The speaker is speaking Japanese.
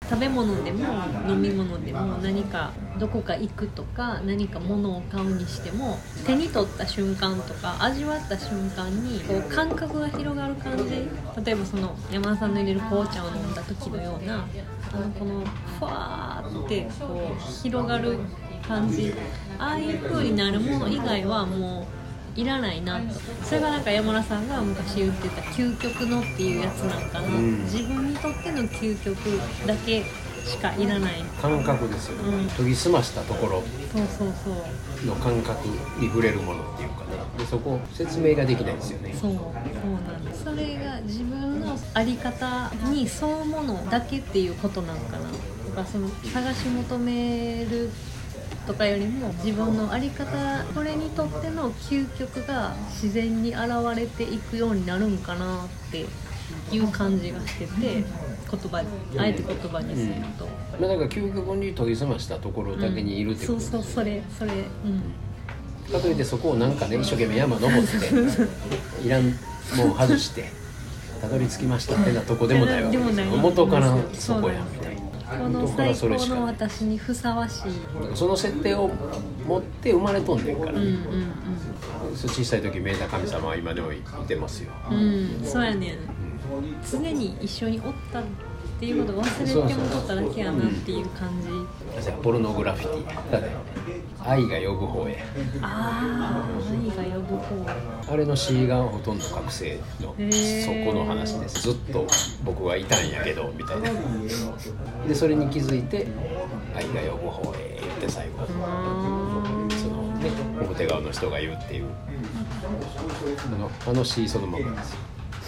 食べ物でも飲み物でも何かどこか行くとか何か物を買うにしても手に取った瞬間とか味わった瞬間にこう感覚が広がる感じ、例えばその山田さんの入れる紅茶を飲んだ時のようなこのふわーってこう広がる感じ、ああいう風になるもの以外はもういらないなと。それがなんか山田さんが昔言ってた究極のっていうやつなんかな、自分にとっての究極だけしかいらない感覚ですよね、研ぎ澄ましたところの感覚に触れるものっていうかね、でそこ説明ができないですよね。 そうなんです。それが自分の在り方に沿うものだけっていうことなのかなとか、その探し求めるとかよりも自分の在り方、これにとっての究極が自然に現れていくようになるんかなっていう感じがしてて、あえて言葉にすると、 なんか究極に研ぎ澄ましたところだけにいるってことです、 そうそれ、 かといってそこをなんかね一生懸命山登っていらんもん外してたどり着きましたってなとこでもないわけですよ。元からそこやみたいな、 この最高の私にふさわしいその設定を持って生まれとんねんから、小さい時見えた神様は今でもいてますよ。 そうやねん、常に一緒におったっていうことを忘れてもとっただけやなっていう感じ。 ポルノグラフィティだね、愛が呼ぶ方へ。 愛が呼ぶ方。 あれの詩がほとんど覚醒のそこの話です。ずっと僕はいたんやけどみたいなでそれに気づいて愛が呼ぶ方へ言って最後そのね表側の人が言うっていうあの詩そのままです。